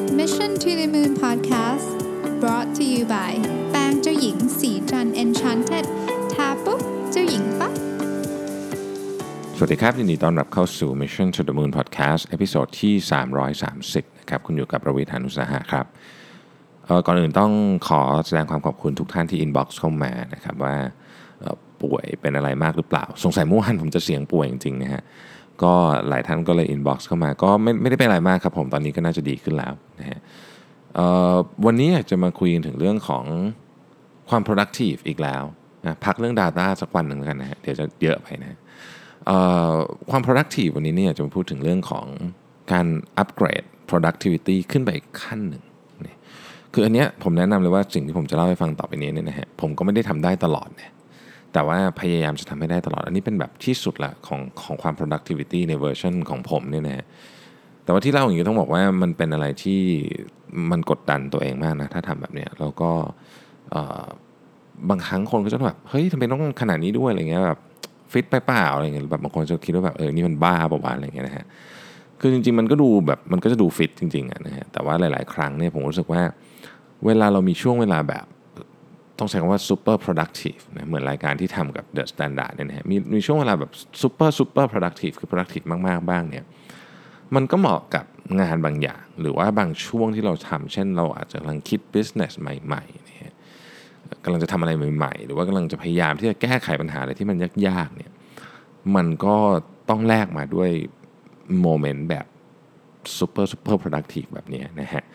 Mission to the Moon Podcast brought to you by แป้งเจ้าหญิงสีจัน Enchanted ทาปุ๊บเจ้าหญิงปั๊บสวัสดีครับยินดีต้อนรับเข้าสู่ Mission to the Moon Podcast เอพิโซดที่330นะครับคุณอยู่กับประวิทย์ หาญอุตสาหะครับก่อนอื่นต้องขอแสดงความขอบคุณทุกท่านที่ inbox เข้ามานะครับว่าป่วยเป็นอะไรมากหรือเปล่าสงสัยเมื่อวานผมจะเสียงป่วยจริงๆนะฮะก็หลายท่านก็เลย inbox เข้ามาก็ไม่ได้เป็นอะไรมากครับผมตอนนี้ก็น่าจะดีขึ้นแล้วนะฮะวันนี้อยากจะมาคุยกันถึงเรื่องของความ productive อีกแล้วนะพักเรื่อง data สักวันหนึ่งแล้วกันนะฮะเดี๋ยวจะเยอะไปนะความ productive วันนี้เนี่ยจะมาพูดถึงเรื่องของการ upgrade productivity ขึ้นไปอีกขั้นหนึ่งคืออันเนี้ยผมแนะนำเลยว่าสิ่งที่ผมจะเล่าให้ฟังต่อไปนี้เนี่ยนะฮะผมก็ไม่ได้ทำได้ตลอดนะแต่ว่าพยายามจะทำให้ได้ตลอดอันนี้เป็นแบบที่สุดละของความ productivity ในเวอร์ชันของผมเนี่ยนะฮะแต่ว่าที่เล่าอย่างนี้ต้องบอกว่ามันเป็นอะไรที่มันกดดันตัวเองมากนะถ้าทำแบบเนี้ยแล้วก็บางครั้งคนก็จะแบบเฮ้ยทำไมต้องขนาดนี้ด้วยอะไรเงี้ยแบบฟิตไปเปล่าอะไรเงี้ยแบบบางคนจะคิดว่าแบบนี่มันบ้าเปล่าวะอะไรเงี้ยนะฮะคือจริงๆมันก็ดูแบบมันก็จะดูฟิตจริงๆนะฮะแต่ว่าหลายๆครั้งเนี่ยผมรู้สึกว่าเวลาเรามีช่วงเวลาแบบต้องใช้คำว่า super productive นะเหมือนรายการที่ทำกับ The Standard เนี่ยนะฮะมีช่วงเวลาแบบ super productive คือ productive มากๆบ้างเนี่ยมันก็เหมาะกับงานบางอย่างหรือว่าบางช่วงที่เราทำเช่นเราอาจจะกำลังคิด business ใหม่ๆนะฮะกำลังจะทำอะไรใหม่ๆหรือว่ากำลังจะพยายามที่จะแก้ไขปัญหาอะไรที่มันยากๆเนี่ยมันก็ต้องแลกมาด้วยโมเมนต์แบบ super productive แบบนี้นะฮะ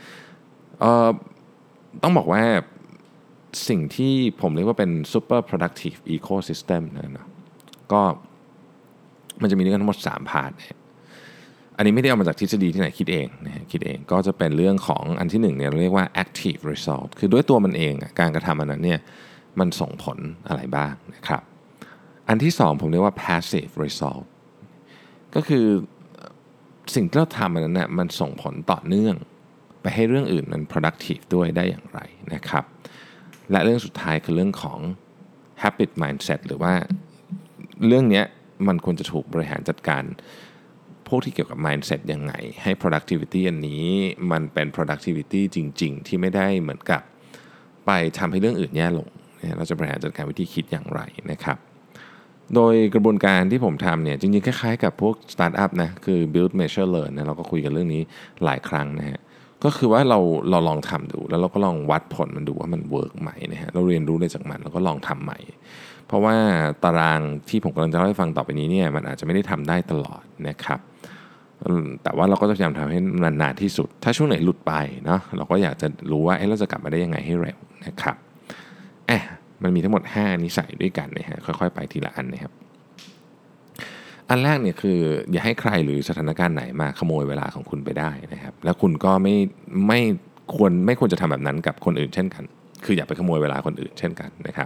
ต้องบอกว่าสิ่งที่ผมเรียกว่าเป็น super productive ecosystem นะก็มันจะมีด้วยกันทั้งหมด3พาร์ทอันนี้ไม่ได้เอามาจากทฤษฎีที่ไหนคิดเองนะฮะคิดเองก็จะเป็นเรื่องของอันที่1เนี่ยเราเรียกว่า active result คือด้วยตัวมันเองการกระทำอันนั้นเนี่ยมันส่งผลอะไรบ้างนะครับอันที่2ผมเรียกว่า passive result ก็คือสิ่งที่เราทำอันนั้นเนี่ยมันส่งผลต่อเนื่องไปให้เรื่องอื่นมัน productive ด้วยได้อย่างไรนะครับและเรื่องสุดท้ายคือเรื่องของ habit mindset หรือว่าเรื่องนี้มันควรจะถูกบริหารจัดการพวกที่เกี่ยวกับ mindset ยังไงให้ productivity อันนี้มันเป็น productivity จริงๆที่ไม่ได้เหมือนกับไปทำให้เรื่องอื่นแย่ลงเราจะบริหารจัดการวิธีคิดอย่างไรนะครับโดยกระบวนการที่ผมทำเนี่ยจริงๆคล้ายๆกับพวกสตาร์ทอัพนะคือ build measure learn นะเราก็คุยกันเรื่องนี้หลายครั้งนะฮะก็คือว่าเราลองทำดูแล้วเราก็ลองวัดผลมันดูว่ามันเวิร์กไหมนะฮะเราเรียนรู้ได้จากมันแล้วก็ลองทำใหม่เพราะว่าตารางที่ผมกำลังจะเล่าให้ฟังต่อไปนี้เนี่ยมันอาจจะไม่ได้ทำได้ตลอดนะครับแต่ว่าเราก็จะพยายามทำให้นานๆที่สุดถ้าช่วงไหนหลุดไปเนาะเราก็อยากจะรู้ว่าเราจะกลับมาได้ยังไงให้เร็วนะครับมันมีทั้งหมด5นิสัยด้วยกันนะฮะค่อยๆไปทีละอันนะครับอันแรกเนี่ยคืออย่าให้ใครหรือสถานการณ์ไหนมาขโมยเวลาของคุณไปได้นะครับแล้วคุณก็ไม่ควรจะทำแบบนั้นกับคนอื่นเช่นกันคืออย่าไปขโมยเวลาคนอื่นเช่นกันนะครับ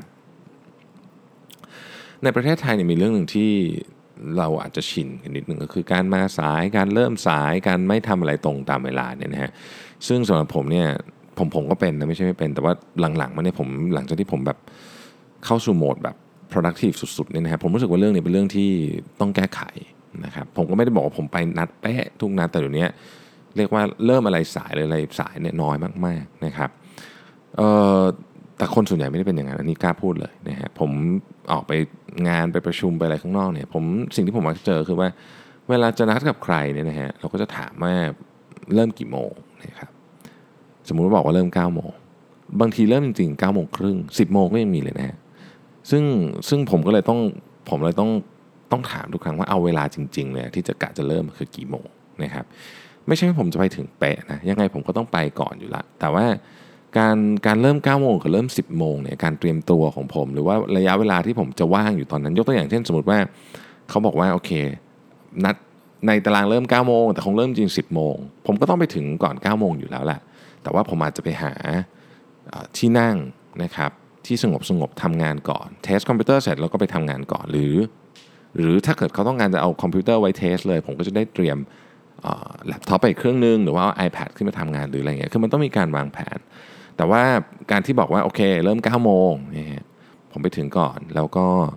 ในประเทศไทยเนี่ยมีเรื่องหนึ่งที่เราอาจจะชินกันนิดนึงก็คือการมาสายการเริ่มสายการไม่ทำอะไรตรงตามเวลาเนี่ยนะฮะซึ่งสำหรับผมเนี่ยผมก็เป็นนะไม่ใช่ไม่เป็นแต่ว่าหลังๆมาเนี่ยผมหลังจากที่ผมแบบเข้าสู่โหมดแบบ productive สุดๆเนี่ยนะครับผมรู้สึกว่าเรื่องนี้เป็นเรื่องที่ต้องแก้ไขนะครับผมก็ไม่ได้บอกว่าผมไปนัดเป๊ะทุกนัดแต่เดี๋ยวนี้เรียกว่าเริ่มอะไรสายเลยอะไรสายเนี่ยน้อยมากๆนะครับแต่คนส่วนใหญ่ไม่ได้เป็นอย่างนั้นอันนี้กล้าพูดเลยนะฮะผมออกไปงานไปประชุมไปอะไรข้างนอกเนี่ยสิ่งที่ผมมักเจอคือว่าเวลาจะนัดกับใครเนี่ยนะฮะเราก็จะถามว่าเริ่มกี่โมงนะครับสมมุติว่าบอกว่าเริ่ม9โมงบางทีเริ่มจริงๆ9โมงครึ่ง10โมงก็ยังมีเลยนะฮะซึ่งผมเลยต้องถามทุกครั้งว่าเอาเวลาจริงๆเลยที่จะเริ่มคือกี่โมงนะครับไม่ใช่ว่าผมจะไปถึงเป๊ะนะยังไงผมก็ต้องไปก่อนอยู่ละแต่ว่าการเริ่ม9โมงกับเริ่ม10โมงเนี่ยการเตรียมตัวของผมหรือว่าระยะเวลาที่ผมจะว่างอยู่ตอนนั้นยกตัวอย่างเช่นสมมติว่าเขาบอกว่าโอเคนัดในตารางเริ่ม9โมงแต่คงเริ่มจริง10โมงผมก็ต้องไปถึงก่อน9โมงอยู่แล้วแหละแต่ว่าผมอาจจะไปหาที่นั่งนะครับที่สงบทำงานก่อนเทสคอมพิวเตอร์เสร็จแล้วก็ไปทำงานก่อนหรือถ้าเกิดเขาต้องการจะเอาคอมพิวเตอร์ไว้เทสเลยผมก็จะได้เตรียมแล็ปท็อปไปเครื่องนึงหรือว่าเอา iPad ขึ้นมาทำงานหรืออะไรเงี้ยคือมันต้องมีการวางแผนแต่ว่าการที่บอกว่าโอเคเริ่ม9โมงเนี่ยผมไปถึงก่อนแล้วก็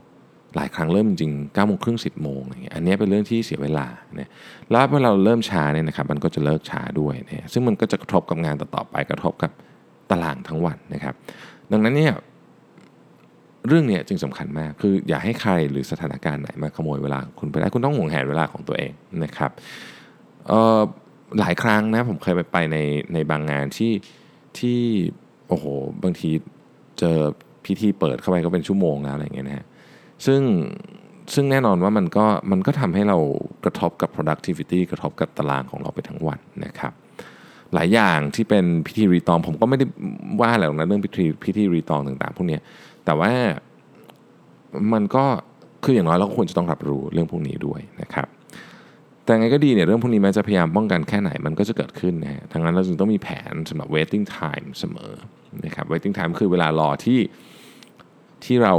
หลายครั้งเริ่มจริงๆ 9:30 10:00 นอย่างเงี้ยอันนี้เป็นเรื่องที่เสียเวลานะแล้วเมื่อเราเริ่มช้าเนี่ยนะครับมันก็จะเลิกช้าด้วยนะซึ่งมันก็จะกระทบกับงานต่อๆไปกระทบกับตารางทั้งวันนะครับดังนั้นเนี่ยเรื่องนี้จึงสำคัญมากคืออย่าให้ใครหรือสถานการณ์ไหนมาขโมยเวลาคุณไปได้คุณต้องห่วงแหนเวลาของตัวเองนะครับหลายครั้งนะผมเคยไปในบางงานที่โอ้โหบางทีเจอพิธีเปิดเข้าไปก็เป็นชั่วโมงแล้วอะไรเงี้ยนะฮะซึ่งแน่นอนว่ามันก็ทำให้เรากระทบกับ productivity กระทบกับตารางของเราไปทั้งวันนะครับหลายอย่างที่เป็นพิธีรีตองผมก็ไม่ได้ว่าอะไรหรอกนะเรื่องพิธีรีตองต่างๆพวกนี้แต่ว่ามันก็คืออย่างน้อยเราก็ควรจะต้องรับรู้เรื่องพวกนี้ด้วยนะครับแต่ไงก็ดีเนี่ยเรื่องพวกนี้แม้จะพยายามป้องกันแค่ไหนมันก็จะเกิดขึ้นนะฮะดังนั้นเราจึงต้องมีแผนสำหรับ waiting time เสมอนะครับ waiting time คือเวลารอที่เรา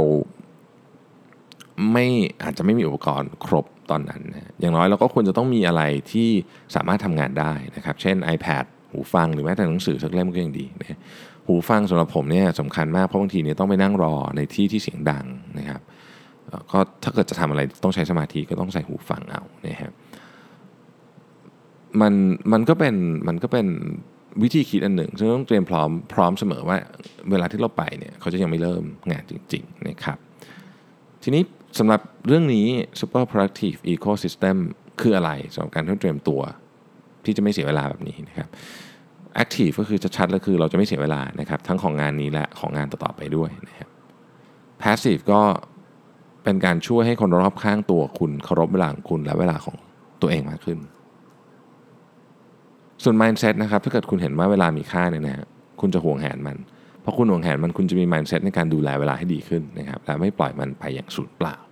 อาจจะไม่มีอุปกรณ์ครบตอนนั้นนะอย่างน้อยเราก็ควรจะต้องมีอะไรที่สามารถทำงานได้นะครับเช่น iPad หูฟังหรือแม้แต่หนังสือสักเล่มก็ยังดีนะหูฟังสำหรับผมเนี่ยสำคัญมากเพราะบางทีเนี่ยต้องไปนั่งรอในที่เสียงดังนะครับก็ถ้าเกิดจะทำอะไรต้องใช้สมาธิก็ต้องใส่หูฟังเอานะครับมันก็เป็นวิธีคิดอันหนึ่งซึ่งต้องเตรียมพร้อมเสมอว่าเวลาที่เราไปเนี่ยเขาจะยังไม่เริ่มงานจริงๆนะครับทีนี้สำหรับเรื่องนี้ Super Productive Ecosystem คืออะไรสำหรับการเตรียมตัวที่จะไม่เสียเวลาแบบนี้นะครับ Active ก็คือชัดๆแล้วคือเราจะไม่เสียเวลานะครับทั้งของงานนี้และของงานต่อๆไปด้วยนะครับ Passive ก็เป็นการช่วยให้คนรอบข้างตัวคุณเคารพเวลาของคุณและเวลาของตัวเองมากขึ้นส่วน mindset นะครับถ้าเกิดคุณเห็นว่าเวลามีค่าเนี่ยนะคุณจะห่วงแหนมันพอคุณห่วงแหนมันคุณจะมี mindset ในการดูแลเวลาให้ดีขึ้นนะครับและไม่ปล่อยมันไปอย่างสูญเปล่า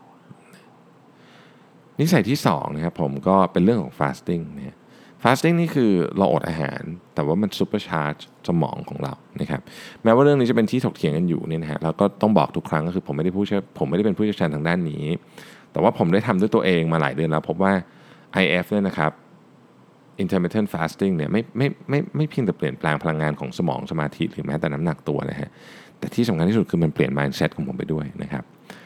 นิสัยที่2นะครับผมก็เป็นเรื่องของ fasting นะ fasting นี่คือเราอดอาหารแต่ว่ามัน supercharge สมองของเรานะครับแม้ว่าเรื่องนี้จะเป็นที่ถกเถียงกันอยู่เนี่ยนะฮะแล้วก็ต้องบอกทุกครั้งก็คือผมไม่ได้เป็นผู้เชี่ยวชาญทางด้านนี้แต่ว่าผมได้ทำด้วยตัวเองมาหลายเดือนแล้วพบว่า IF เนี่ยนะครับ intermittent fasting เนี่ยไม่เพียงแต่เปลี่ยนแปลงพลังงานของสมองสมาธิหรือแม้แต่น้ำหนักตัวนะฮะแต่ที่สำคัญที่สุดคือมันเปลี่ยน mindset ของผมไปด้วยนะครับ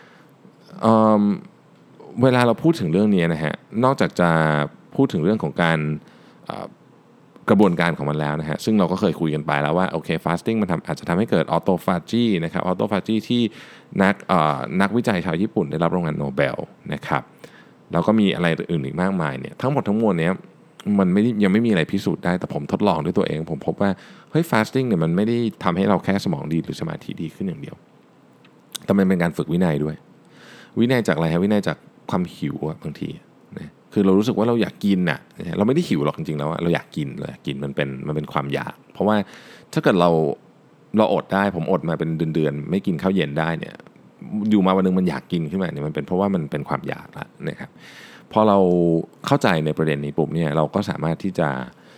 เวลาเราพูดถึงเรื่องนี้นะฮะนอกจากจะพูดถึงเรื่องของการกระบวนการของมันแล้วนะฮะซึ่งเราก็เคยคุยกันไปแล้วว่าโอเค fasting มันอาจจะทำให้เกิด autophagy นะครับ autophagy ที่นักวิจัยชาวญี่ปุ่นได้รับรางวัลโนเบลนะครับแล้วก็มีอะไรอื่นอีกมากมายเนี่ยทั้งหมดทั้งมวลเนี้ยมันยังไม่มีอะไรพิสูจน์ได้แต่ผมทดลองด้วยตัวเองผมพบว่าเฮ้ย fasting เนี่ยมันไม่ได้ทำให้เราแค่สมองดีหรือสมาธิดีขึ้นอย่างเดียวแต่มันเป็นการฝึกวินัยด้วยวินัยจากอะไรฮะวินัยจากความหิวบางทีนะคือเรารู้สึกว่าเราอยากกินน่ะเราไม่ได้หิวหรอกจริงๆแล้วเราอยากกินมันเป็นความอยากเพราะว่าถ้าเกิดเราอดได้ผมอดมาเป็นเดือนไม่กินข้าวเย็นได้เนี่ยอยู่มาวันนึงมันอยากกินขึ้นมาเนี่ยมันเป็นเพราะว่ามันเป็นความอยากละนะครับพอเราเข้าใจในประเด็นนี้ปุ๊บเนี่ยเราก็สามารถที่จะ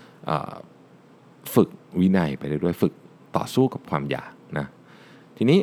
ฝึกวินัยไปด้วยฝึกต่อสู้กับความอยากนะทีนี้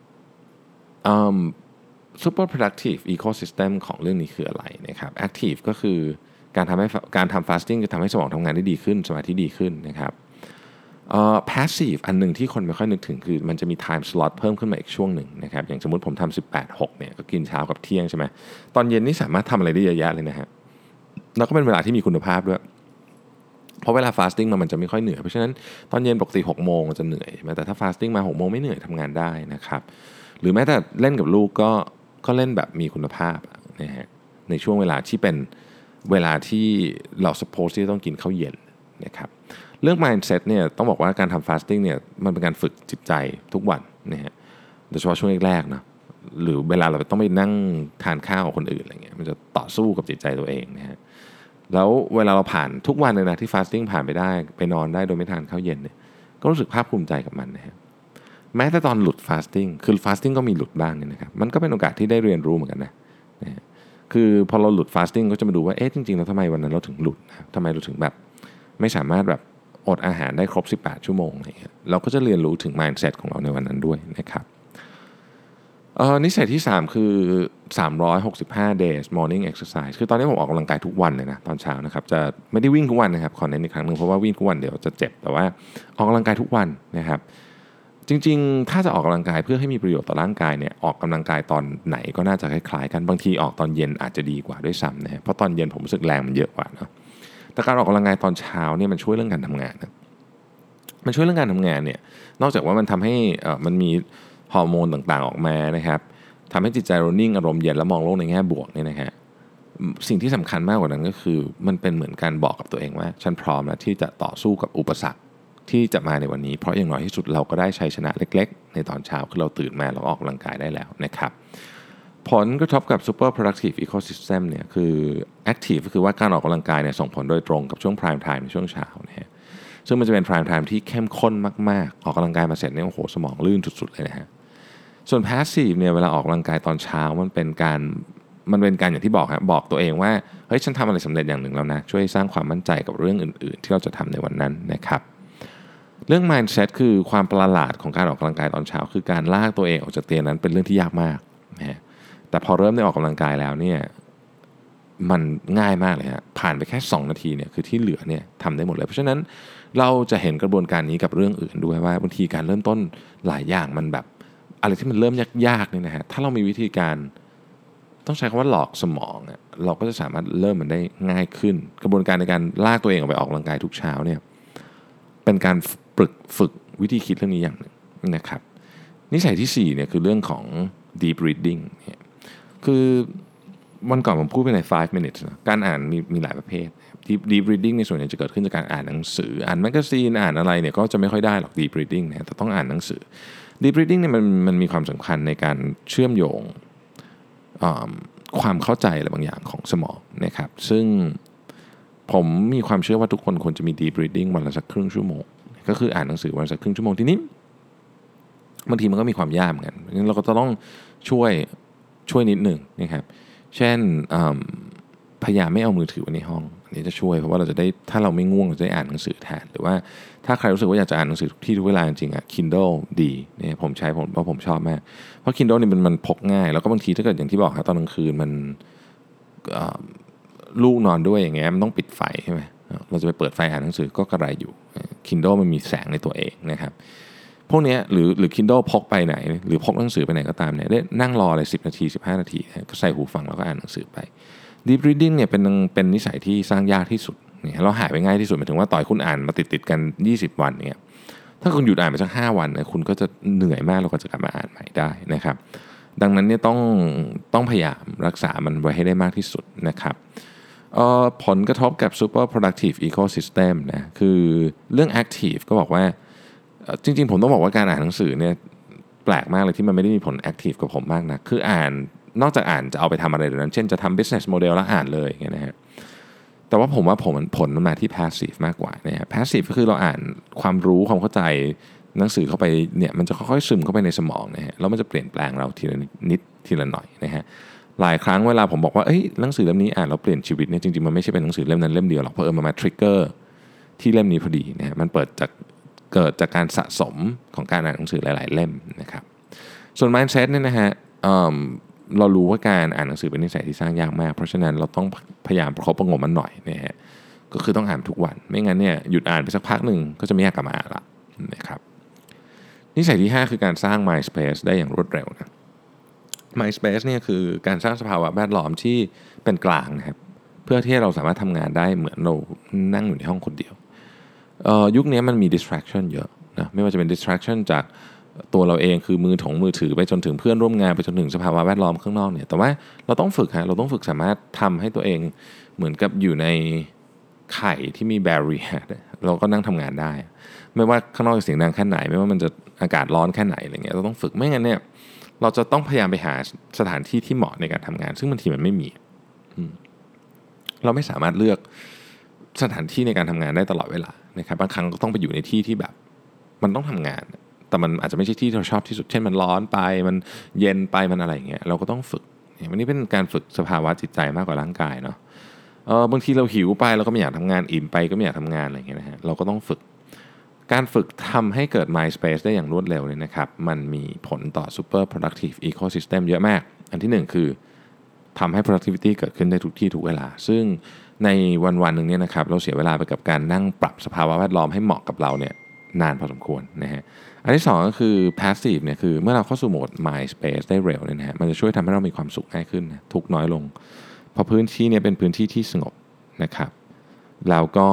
super productive ecosystem ของเรื่องนี้คืออะไรนะครับ active ก็คือการทำ fasting จะทำให้สมองทำงานได้ดีขึ้นสมาธิดีขึ้นนะครับpassive อันหนึ่งที่คนไม่ค่อยนึกถึงคือมันจะมี time slot เพิ่มขึ้นมาอีกช่วงหนึ่งนะครับอย่างสมมุติผมทำ 18-6 เนี่ยก็กินเช้ากับเที่ยงใช่ไหมตอนเย็นนี่สามารถทำอะไรได้เยอะแยะเลยนะฮะแล้วก็เป็นเวลาที่มีคุณภาพด้วยเพราะเวลา fasting มันจะไม่ค่อยเหนื่อยเพราะฉะนั้นตอนเย็นปกติ 6 โมงจะเหนื่อยใช่ไหมแต่ถ้า fasting มา 6 โมงไม่เหนื่อยทำงานได้นะครับหรือแม้แต่เล่นกับลูกก็เล่นแบบมีคุณภาพนะฮะในช่วงเวลาที่เป็นเวลาที่เรา suppose ที่ต้องกินข้าวเย็นนะครับเรื่อง mindset เนี่ยต้องบอกว่าการทำ fasting เนี่ยมันเป็นการฝึกจิตใจทุกวันนะฮะโดยเฉพาะช่วงแรกๆนะหรือเวลาเราต้องไปนั่งทานข้าวกับคนอื่นอะไรเงี้ยมันจะต่อสู้กับจิตใจตัวเองนะฮะแล้วเวลาเราผ่านทุกวันเลยนะที่ fasting ผ่านไปได้ไปนอนได้โดยไม่ทานข้าวเย็นเนี่ยก็รู้สึกภาคภูมิใจกับมันนะฮะแม้แต่ตอนหลุด fasting คือ fasting ก็มีหลุดบ้างเนี่ยนะครับมันก็เป็นโอกาสที่ได้เรียนรู้เหมือนกันนะคือพอเราหลุด fasting ก็จะมาดูว่าจริงๆแล้วทำไมวันนั้นเราถึงหลุดนะทำไมเราถึงแบบไม่สามารถแบบอดอาหารได้ครบ18ชั่วโมงอะไรเงี้ยเราก็จะเรียนรู้ถึง mindset ของเราในวันนั้นด้วยนะครับนิสัยที่3คือ365 days morning exercise คือตอนนี้ผมออกกำลังกายทุกวันเลยนะตอนเช้านะครับจะไม่ได้วิ่งทุกวันนะครับขอเน้นอีกครั้งนึงเพราะว่าวิ่งทุกวันเดี๋ยวจะเจ็บแต่ว่าออกกำลังกายทุกวันนะครับจจริงๆถ้าจะออกกำลังกายเพื่อให้มีประโยชน์ต่อร่างกายเนี่ยออกกำลังกายตอนไหนก็น่าจะคล้ายๆกันบางทีออกตอนเย็นอาจจะดีกว่าด้วยซ้ำนะเพราะตอนเย็นผมรู้สึกแรงมันเยอะกว่าเนาะแต่การออกกำลังกายตอนเช้าเนี่ยมันช่วยเรื่องการทำงานนะมันช่วยเรื่องการทำงานเนี่ยนอกจากว่ามันทำให้มันมีฮอร์โมนต่างๆออกมานะครับทำให้จิตใจเรานิ่งอารมณ์เย็นและมองโลกในแง่บวกเนี่ยนะฮะสิ่งที่สำคัญมากกว่านั้นก็คือมันเป็นเหมือนการบอกกับตัวเองว่าฉันพร้อมแล้วที่จะต่อสู้กับอุปสรรคที่จะมาในวันนี้เพราะอย่างน้อยที่สุดเราก็ได้ชัยชนะเล็กๆในตอนเช้าคือเราตื่นมาเราออกกำลังกายได้แล้วนะครับผลกระทบกับ super productive ecosystem เนี่ยคือ active ก็คือว่าการออกกำลังกายเนี่ยส่งผลโดยตรงกับช่วง prime time ในช่วงเช้านะฮะซึ่งมันจะเป็น prime time ที่เข้มข้นมากๆออกกำลังกายมาเสร็จเนี่ยโอ้โหสมองลื่นสุดๆเลยนะฮะส่วน passive เนี่ยเวลาออกกำลังกายตอนเช้ามันเป็นการอย่างที่บอกครับบอกตัวเองว่าเฮ้ยฉันทำอะไรสำเร็จอย่างหนึ่งแล้วนะช่วยสร้างความมั่นใจกับเรื่องอื่นๆที่เราจะทำในวันนั้นนะครับเรื่อง mindset คือความประหลาดของการออกกำลังกายตอนเช้าคือการลากตัวเองออกจากเตียงนั้นเป็นเรื่องที่ยากมากนะฮะแต่พอเริ่มได้ออกกำลังกายแล้วเนี่ยมันง่ายมากเลยฮะผ่านไปแค่2นาทีเนี่ยคือที่เหลือเนี่ยทำได้หมดเลยเพราะฉะนั้นเราจะเห็นกระบวนการนี้กับเรื่องอื่นด้วยว่าบางทีการเริ่มต้นหลายอย่างมันแบบอะไรที่มันเริ่มยากๆเนี่ยนะฮะถ้าเรามีวิธีการต้องใช้คำว่าหลอกสมองเราก็จะสามารถเริ่มมันได้ง่ายขึ้นกระบวนการในการลากตัวเองออกไปออกกำลังกายทุกเช้าเนี่ยเป็นการฝึกวิธีคิดเรื่องนี้อย่างหนึ่งนะครับนิสัยที่4เนี่ยคือเรื่องของ deep reading คือวันก่อนผมพูดไปใน5 minutes นะการอ่านมีหลายประเภท deep reading ในส่วนใหญ่จะเกิดขึ้นจากการอ่านหนังสืออ่านแมกกาซีนอ่านอะไรเนี่ยก็จะไม่ค่อยได้หรอก deep reading นะแต่ต้องอ่านหนังสือ deep reading เนี่ยมันมีความสำคัญในการเชื่อมโยงความเข้าใจอะไรบางอย่างของสมองนะครับซึ่งผมมีความเชื่อว่าทุกคนควรจะมี deep reading วันละสักครึ่งชั่วโมงก็คืออ่านหนังสือวันละสักครึ่งชั่วโมงทีนี้บางทีมันก็มีความยากเหมือนกันงั้นเราก็จะต้องช่วยนิดหนึ่งนะครับเช่นพยายามไม่เอามือถือไว้ในห้องอันนี้จะช่วยเพราะว่าเราจะได้ถ้าเราไม่ง่วงเราจะได้อ่านหนังสือแทนหรือว่าถ้าใครรู้สึกว่าอยากจะอ่านหนังสือทุกที่ทุกเวลาจริงๆKindle ดีเนี่ยผมใช้เพราะผมชอบมากเพราะ Kindle นี่มันพกง่ายแล้วก็บางทีถ้าเกิดอย่างที่บอกครับตอนกลางคืนมันลูกนอนด้วยอย่างเงี้ยมันต้องปิดไฟใช่ไหมเราจะไปเปิดไฟอ่านหนังสือก็กระไรอยู่ Kindle มันมีแสงในตัวเองนะครับพวกนี้หรือ Kindle พกไปไหนหรือพกหนังสือไปไหนก็ตามเนี่ยได้นั่งรอเลย10 นาที 15 นาทีก็ใส่หูฟังแล้วก็อ่านหนังสือไป Deep Reading เนี่ยเป็นนิสัยที่สร้างยากที่สุดเนี่ยเราหายไปง่ายที่สุดหมายถึงว่าต่อให้คุณอ่านมาติดกัน20 วันเนี่ยถ้าคุณหยุดอ่านไปสัก5 วันเนี่ยคุณก็จะเหนื่อยมากแล้วก็จะกลับมาอ่านใหม่ได้นะครับดังนั้นเนี่ยต้องพยายามรักษามันไว้ให้ได้มากที่สุดนะครับผลกระทบกับ Super Productive Ecosystem นะคือเรื่อง Active ก็บอกว่าจริงๆผมต้องบอกว่าการอ่านหนังสือเนี่ยแปลกมากเลยที่มันไม่ได้มีผล Active กับผมมากนะคืออ่านนอกจากอ่านจะเอาไปทำอะไรเดี๋ยวนั้นเช่นจะทำ business model แล้วอ่านเลยอย่างเงี้ยนะฮะแต่ว่าผมว่าผลมันมาที่ passive มากกว่านะฮะ passive ก็คือเราอ่านความรู้ความเข้าใจหนังสือเข้าไปเนี่ยมันจะค่อยๆซึมเข้าไปในสมองนะฮะแล้วมันจะเปลี่ยนแปลงเราทีละนิดทีละหน่อยนะฮะหลายครั้งเวลาผมบอกว่าหนังสือเล่มนี้อ่านแล้วเปลี่ยนชีวิตเนี่ยจริงๆมันไม่ใช่เป็นหนังสือเล่มนั้นเล่มเดียวหรอกเพราะมันมาทริกเกอร์ที่เล่มนี้พอดีนะฮะมันเกิดจากการสะสมของการอ่านหนังสือหลายๆเล่มนะครับส่วน mindset เนี่ยนะฮะเรารู้ว่าการอ่านหนังสือเป็นนิสัยที่สร้างยากมากเพราะฉะนั้นเราต้องพยายามประคบประงมมันหน่อยนะฮะก็คือต้องอ่านทุกวันไม่งั้นเนี่ยหยุดอ่านไปสักพักหนึ่งก็จะไม่อยากกลับมาอ่านละนะครับนิสัยที่5คือการสร้าง mind space ได้อย่างรวดเร็วนะ mind space เนี่ยคือการสร้างสภาวะแวดล้อมที่เป็นกลางนะครับเพื่อที่เราสามารถทำงานได้เหมือนเรานั่งอยู่ในห้องคนเดียวยุคนี้มันมี distraction เยอะนะไม่ว่าจะเป็น distraction จากตัวเราเองคือมือถือไปจนถึงเพื่อนร่วมงานไปจนถึงสภาวะแวดล้อมข้างนอกเนี่ยแต่ว่าเราต้องฝึกเราต้องฝึกสามารถทำให้ตัวเองเหมือนกับอยู่ในไข่ที่มี barrier เราก็นั่งทำงานได้ไม่ว่าข้างนอกจะเสียงดังแค่ไหนไม่ว่ามันจะอากาศร้อนแค่ไหนอะไรเงี้ยเราต้องฝึกไม่งั้นเนี่ยเราจะต้องพยายามไปหาสถานที่ที่เหมาะในการทำงานซึ่งบางทีมันไม่มีเราไม่สามารถเลือกสถานที่ในการทำงานได้ตลอดเวลานะครับบางครั้งก็ต้องไปอยู่ในที่ที่แบบมันต้องทำงานแต่มันอาจจะไม่ใช่ที่เราชอบที่สุดเช่นมันร้อนไปมันเย็นไปมันอะไรอย่างเงี้ยเราก็ต้องฝึกวันนี้เป็นการฝึกสภาวะจิตใจมากกว่าร่างกายเนาะบางทีเราหิวไปเราก็ไม่อยากทำงานอิ่มไปก็ไม่อยากทำงานอะไรอย่างเงี้ยนะฮะเราก็ต้องฝึกการฝึกทำให้เกิด mind space ได้อย่างรวดเร็วเลยนะครับมันมีผลต่อ super productive ecosystem เยอะมากอันที่1คือทำให้ productivity เกิดขึ้นได้ทุกที่ทุกเวลาซึ่งในวันๆนึงเนี่ยนะครับเราเสียเวลาไปกับการนั่งปรับสภาวะแวดล้อมให้เหมาะกับเราเนี่ยนานพอสมควรนะฮะอันที่2ก็คือ passive เนี่ยคือเมื่อเราเข้าสู่โหมด mind space ได้เร็วเนี่ยนะฮะมันจะช่วยทำให้เรามีความสุขง่ายขึ้นนะทุกข์น้อยลงเพราะพื้นที่เนี่ยเป็นพื้นที่ที่สงบนะครับแล้วก็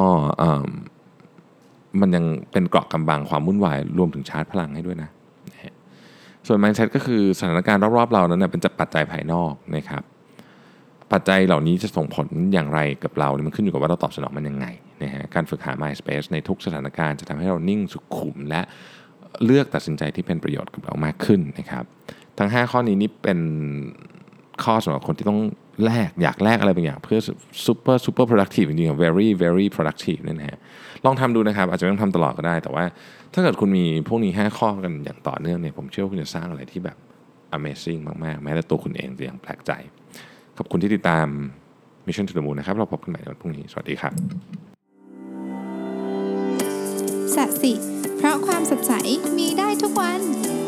มันยังเป็นเกราะกำบังความวุ่นวายรวมถึงชาร์จพลังให้ด้วยนะส่วน mindset ก็คือสถานการณ์รอบๆเรานั้นเป็นปัจจัยภายนอกนะครับปัจจัยเหล่านี้จะส่งผลอย่างไรกับเรามันขึ้นอยู่กับว่าเราตอบสนองมันยังไงนะฮะการฝึกหา mind space ในทุกสถานการณ์จะทำให้เรานิ่งสุขุมและเลือกตัดสินใจที่เป็นประโยชน์กับเรามากขึ้นนะครับทั้ง5ข้อนี้นี่เป็นข้อสำหรับคนที่ต้องอยากแลกอะไรบางอย่างเพื่อ super productive จริงๆ very very productive นั่นฮะลองทำดูนะครับอาจจะไม่ต้องทำตลอดก็ได้แต่ว่าถ้าเกิดคุณมีพวกนี้5ข้อกันอย่างต่อเนื่องเนี่ยผมเชื่อว่าคุณจะสร้างอะไรที่แบบ amazing มากๆแม้แต่ตัวคุณเองจะยังแปลกใจขอบคุณที่ติดตาม Mission to the Moon นะครับเราพบกันใหม่ในวันพรุ่งนี้สวัสดีครับสัสิเพราะความสดใสมีได้ทุกวัน